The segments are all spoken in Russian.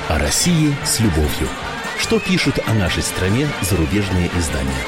О России с любовью. Что пишут о нашей стране зарубежные издания?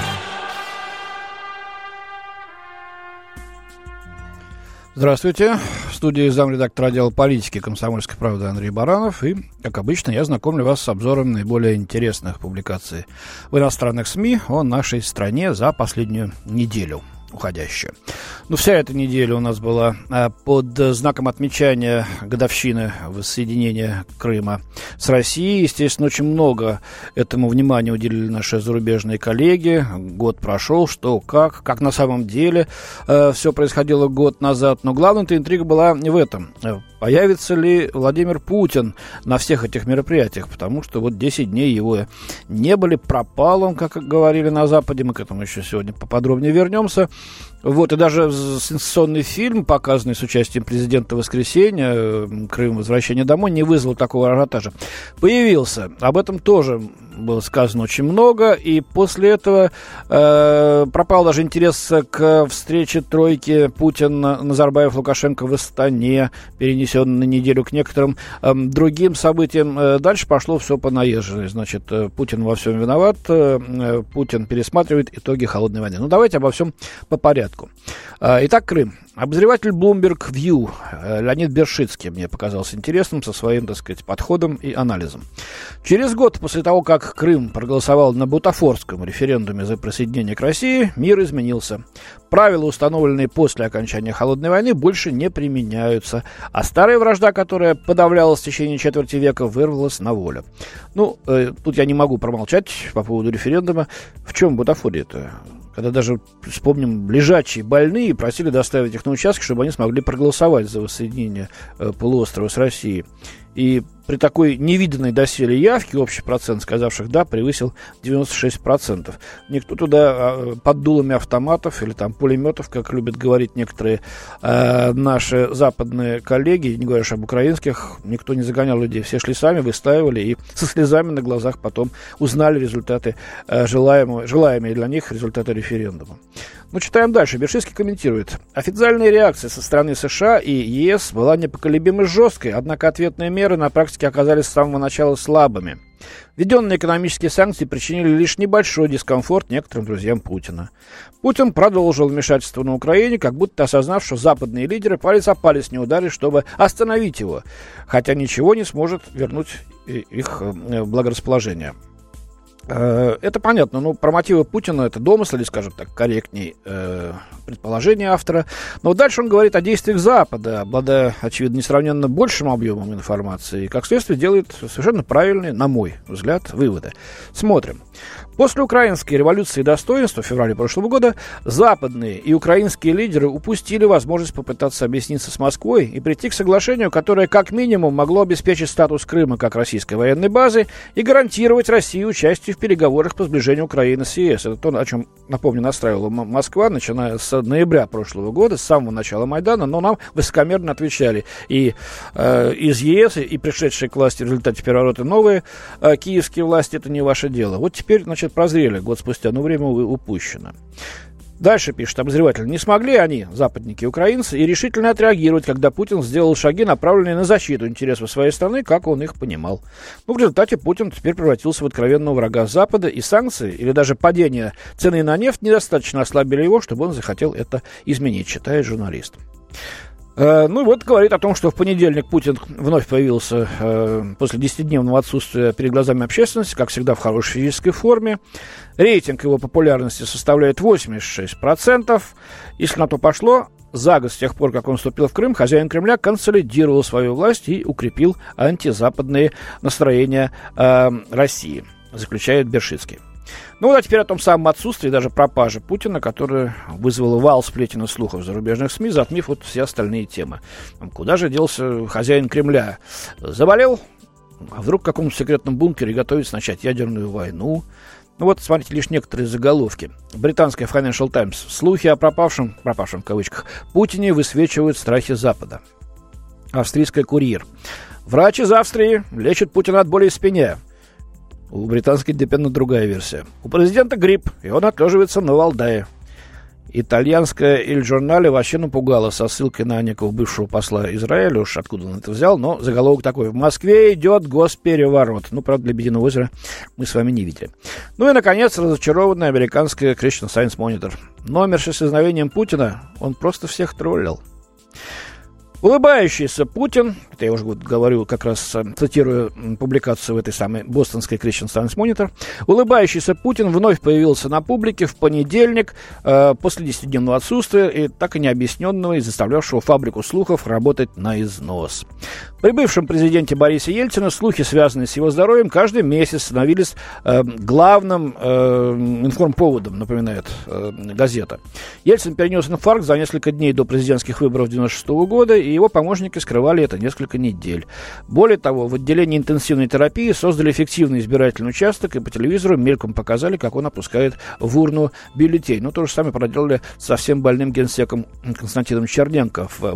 Здравствуйте. В студии замредактора отдела политики «Комсомольской правды» Андрей Баранов. И, как обычно, я знакомлю вас с обзором наиболее интересных публикаций в иностранных СМИ о нашей стране за последнюю неделю уходящую. Вся эта неделя у нас была под знаком отмечания годовщины воссоединения Крыма с Россией. Естественно, очень много этому внимания уделили наши зарубежные коллеги. Год прошел, что, как на самом деле все происходило год назад. Но главная-то интрига была не в этом. Появится ли Владимир Путин на всех этих мероприятиях? Потому что 10 дней его не были, пропал он, как говорили на Западе. Мы к этому еще сегодня поподробнее вернемся. И даже сенсационный фильм, показанный с участием президента «Воскресенья», «Крым. Возвращение домой», не вызвал такого ажиотажа. Появился. Об этом тоже было сказано очень много. И после этого пропал даже интерес к встрече тройки Путин, Назарбаев, Лукашенко в Астане, перенесенный на неделю, к некоторым другим событиям. Дальше пошло все по наезженной. Значит, Путин во всем виноват. Путин пересматривает итоги холодной войны. Давайте обо всем по порядку. Итак, Крым. Обозреватель Bloomberg View Леонид Бершицкий мне показался интересным со своим, подходом и анализом. Через год после того, как Крым проголосовал на бутафорском референдуме за присоединение к России, мир изменился. Правила, установленные после окончания холодной войны, больше не применяются, а старая вражда, которая подавлялась в течение четверти века, вырвалась на волю. Тут я не могу промолчать по поводу референдума. В чем бутафория-то? Когда даже, вспомним, лежачие больные просили доставить их на участок, чтобы они смогли проголосовать за воссоединение полуострова с Россией. И при такой невиданной доселе явке общий процент сказавших «да» превысил 96%. Никто туда под дулами автоматов или пулеметов, как любят говорить некоторые наши западные коллеги, не говоря уж об украинских, никто не загонял людей. Все шли сами, выстаивали и со слезами на глазах потом узнали результаты, желаемые для них результаты референдума. Читаем дальше. Бершицкий комментирует. Официальная реакция со стороны США и ЕС была непоколебимо жесткой, однако ответные меры на практике оказались с самого начала слабыми. Введенные экономические санкции причинили лишь небольшой дискомфорт некоторым друзьям Путина. Путин продолжил вмешательство на Украине, как будто осознав, что западные лидеры палец о палец не ударили, чтобы остановить его, хотя ничего не сможет вернуть их благорасположение. Это понятно, про мотивы Путина это домысл, или, скажем так, корректней предположение автора. Но дальше он говорит о действиях Запада, обладая, очевидно, несравненно большим объемом информации, и, как следствие, делает совершенно правильные, на мой взгляд, выводы. Смотрим. После украинской революции достоинства в феврале прошлого года западные и украинские лидеры упустили возможность попытаться объясниться с Москвой и прийти к соглашению, которое как минимум могло обеспечить статус Крыма как российской военной базы и гарантировать России участие в переговорах по сближению Украины с ЕС. Это то, о чем, напомню, настраивала Москва, начиная с ноября прошлого года, с самого начала Майдана, но нам высокомерно отвечали и из ЕС, и пришедшие к власти в результате переворота новые киевские власти, это не ваше дело. Теперь, прозрели год спустя, но время упущено. Дальше пишет обозреватель. Не смогли они, западники и украинцы, и решительно отреагировать, когда Путин сделал шаги, направленные на защиту интересов своей страны, как он их понимал. В результате Путин теперь превратился в откровенного врага Запада, и санкции, или даже падение цены на нефть недостаточно ослабили его, чтобы он захотел это изменить, считает журналист. Говорит о том, что в понедельник Путин вновь появился после 10-дневного отсутствия перед глазами общественности, как всегда в хорошей физической форме. Рейтинг его популярности составляет 86%. Если на то пошло, за год с тех пор, как он вступил в Крым, хозяин Кремля консолидировал свою власть и укрепил антизападные настроения России, заключает Бершицкий. Теперь о том самом отсутствии, даже пропаже Путина, которая вызвала вал сплетен и слухов в зарубежных СМИ, затмив все остальные темы. Куда же делся хозяин Кремля? Заболел? А вдруг в каком-то секретном бункере готовится начать ядерную войну? Смотрите, лишь некоторые заголовки. Британская Financial Times. Слухи о пропавшем в кавычках, Путине высвечивают страхи Запада. Австрийская Курьер. Врач из Австрии лечит Путина от боли в спине. У британской Independent другая версия. У президента грипп, и он отлеживается на Валдае. Итальянская «Иль Журнале» вообще напугала со ссылкой на некого бывшего посла Израиля, уж откуда он это взял, но заголовок такой: «В Москве идет госпереворот». Ну, правда, «Лебединого озера» мы с вами не видели. Ну и, наконец, разочарованная американская Christian Science Monitor. Номер с исчезновением Путина, он просто всех троллил. Улыбающийся Путин, это я уже говорю, как раз цитирую публикацию в этой самой бостонской Christian Science Monitor, улыбающийся Путин вновь появился на публике в понедельник после 10-дневного отсутствия и так и не объясненного и заставлявшего фабрику слухов работать на износ. При бывшем президенте Борисе Ельцине слухи, связанные с его здоровьем, каждый месяц становились главным информповодом, напоминает газета. Ельцин перенес инфаркт за несколько дней до президентских выборов 1996 года, и его помощники скрывали это несколько недель. Более того, в отделении интенсивной терапии создали фиктивный избирательный участок и по телевизору мельком показали, как он опускает в урну бюллетень. Ну, то же самое проделали со всем больным генсеком Константином Черненко в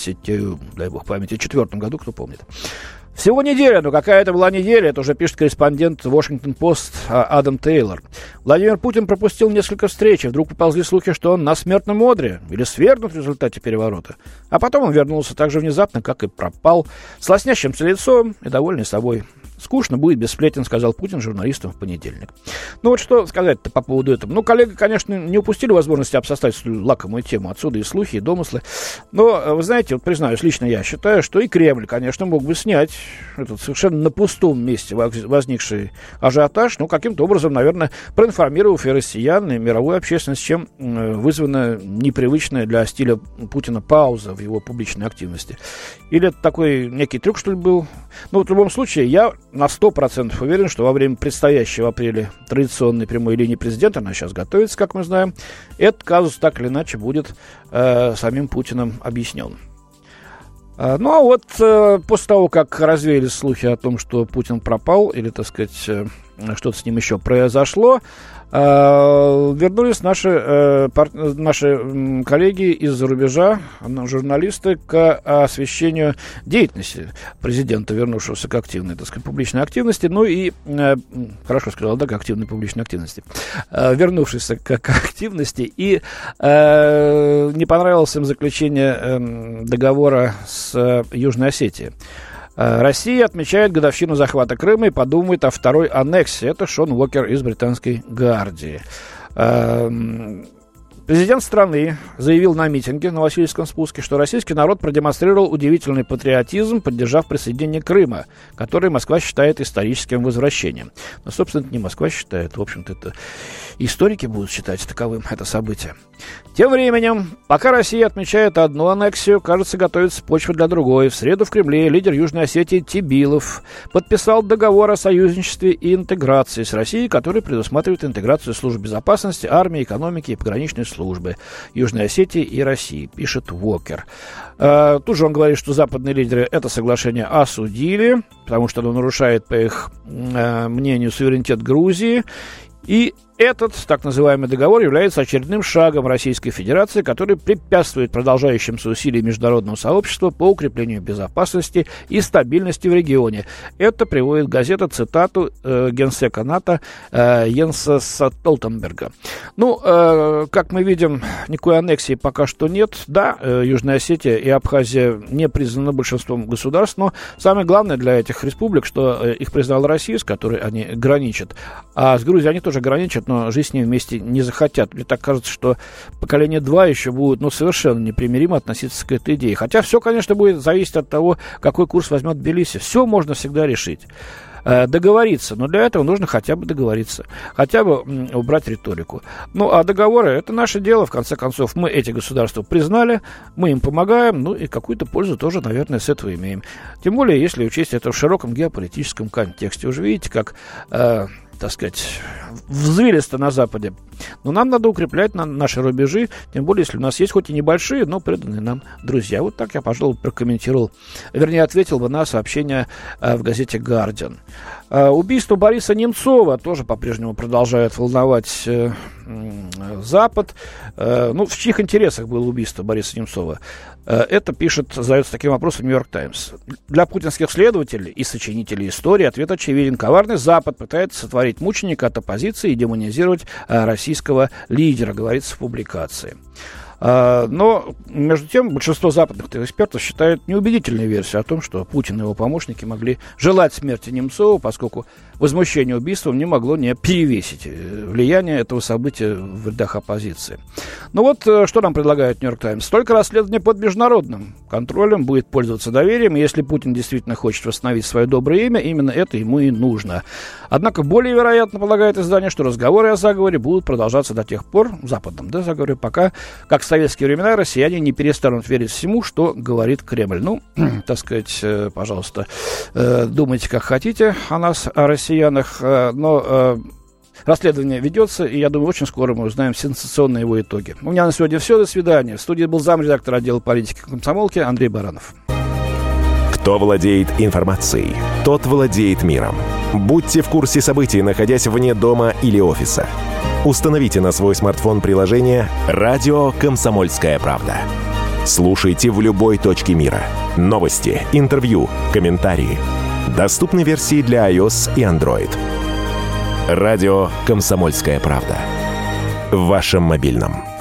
1984 году, кто помнит. Всего неделя, но какая это была неделя, это уже пишет корреспондент Washington Post Адам Тейлор. Владимир Путин пропустил несколько встреч, и вдруг поползли слухи, что он на смертном одре или свергнут в результате переворота. А потом он вернулся так же внезапно, как и пропал, с лоснящимся лицом и довольный собой. «Скучно будет без сплетен», — сказал Путин журналистам в понедельник. Ну вот что сказать-то по поводу этого. Ну, коллеги, конечно, не упустили возможности обсосать столь лакомую тему. Отсюда и слухи, и домыслы. Но, вы знаете, вот признаюсь, лично я считаю, что и Кремль, конечно, мог бы снять этот совершенно на пустом месте возникший ажиотаж, ну, каким-то образом, наверное, проинформировав и россиян, и мировую общественность, чем вызвана непривычная для стиля Путина пауза в его публичной активности. Или это такой некий трюк, что ли, был? Ну, вот в любом случае, я на 100% уверен, что во время предстоящей в апреле традиционной прямой линии президента, она сейчас готовится, как мы знаем, этот казус так или иначе будет самим Путиным объяснен. Ну, а вот после того, как развеялись слухи о том, что Путин пропал, или, так сказать, что-то с ним еще произошло, вернулись наши коллеги из-за рубежа, журналисты, к освещению деятельности президента, вернувшегося к активной, так сказать, публичной активности, ну и, хорошо сказал, да, к активной публичной активности, вернувшийся к активности, и не понравилось им заключение договора с Южной Осетией. Россия отмечает годовщину захвата Крыма и подумает о второй аннексии. Это Шон Уокер из британской «Гвардии». Президент страны заявил на митинге на Васильевском спуске, что российский народ продемонстрировал удивительный патриотизм, поддержав присоединение Крыма, который Москва считает историческим возвращением. Но, собственно, это не Москва считает, в общем-то, это историки будут считать таковым это событие. Тем временем, пока Россия отмечает одну аннексию, кажется, готовится почва для другой. В среду в Кремле лидер Южной Осетии Тебилов подписал договор о союзничестве и интеграции с Россией, который предусматривает интеграцию служб безопасности, армии, экономики и пограничной службы Южной Осетии и России, пишет Уокер. Тут же он говорит, что западные лидеры это соглашение осудили, потому что оно нарушает, по их мнению, суверенитет Грузии. И этот так называемый договор является очередным шагом Российской Федерации, который препятствует продолжающимся усилиям международного сообщества по укреплению безопасности и стабильности в регионе. Это приводит газета цитату генсека НАТО Йенса Столтенберга. Ну, как мы видим, никакой аннексии пока что нет. Да, Южная Осетия и Абхазия не признаны большинством государств, но самое главное для этих республик, что их признала Россия, с которой они граничат. А с Грузией они тоже граничат, но жить с ними вместе не захотят. Мне так кажется, что поколение 2 еще будет совершенно непримиримо относиться к этой идее. Хотя все, конечно, будет зависеть от того, какой курс возьмет Тбилиси. Все можно всегда решить. Договориться, но для этого нужно хотя бы договориться, хотя бы убрать риторику. Ну, а договоры — это наше дело, в конце концов, мы эти государства признали, мы им помогаем, ну и какую-то пользу тоже, наверное, с этого имеем. Тем более, если учесть это в широком геополитическом контексте. Уже видите, как, так сказать, взвилисто на Западе. Но нам надо укреплять наши рубежи, тем более, если у нас есть хоть и небольшие, но преданные нам друзья. Вот так я, пожалуй, прокомментировал, вернее, ответил бы на сообщение в газете «Гардиан». Убийство Бориса Немцова тоже по-прежнему продолжает волновать Запад. В чьих интересах было убийство Бориса Немцова? Это задается таким вопросом «Нью-Йорк Таймс». Для путинских следователей и сочинителей истории ответ очевиден. Коварный Запад пытается сотворить мученика от оппозиции и демонизировать российского лидера, говорится в публикации. Но, между тем, большинство западных экспертов считают неубедительной версию о том, что Путин и его помощники могли желать смерти Немцова, поскольку возмущение убийством не могло не перевесить влияние этого события в рядах оппозиции. Что нам предлагает «Нью-Йорк Таймс»? Только расследование под международным контролем будет пользоваться доверием, и если Путин действительно хочет восстановить свое доброе имя, именно это ему и нужно. Однако более вероятно, полагает издание, что разговоры о заговоре будут продолжаться до тех пор, западном заговоре, пока, как в советские времена, россияне не перестанут верить всему, что говорит Кремль. Пожалуйста, думайте, как хотите о нас, о россиянах, но расследование ведется, и я думаю, очень скоро мы узнаем сенсационные его итоги. У меня на сегодня все. До свидания. В студии был замредактор отдела политики комсомолки Андрей Баранов. Кто владеет информацией, тот владеет миром. Будьте в курсе событий, находясь вне дома или офиса. Установите на свой смартфон приложение «Радио Комсомольская правда». Слушайте в любой точке мира. Новости, интервью, комментарии. Доступны версии для iOS и Android. Радио «Комсомольская правда». В вашем мобильном.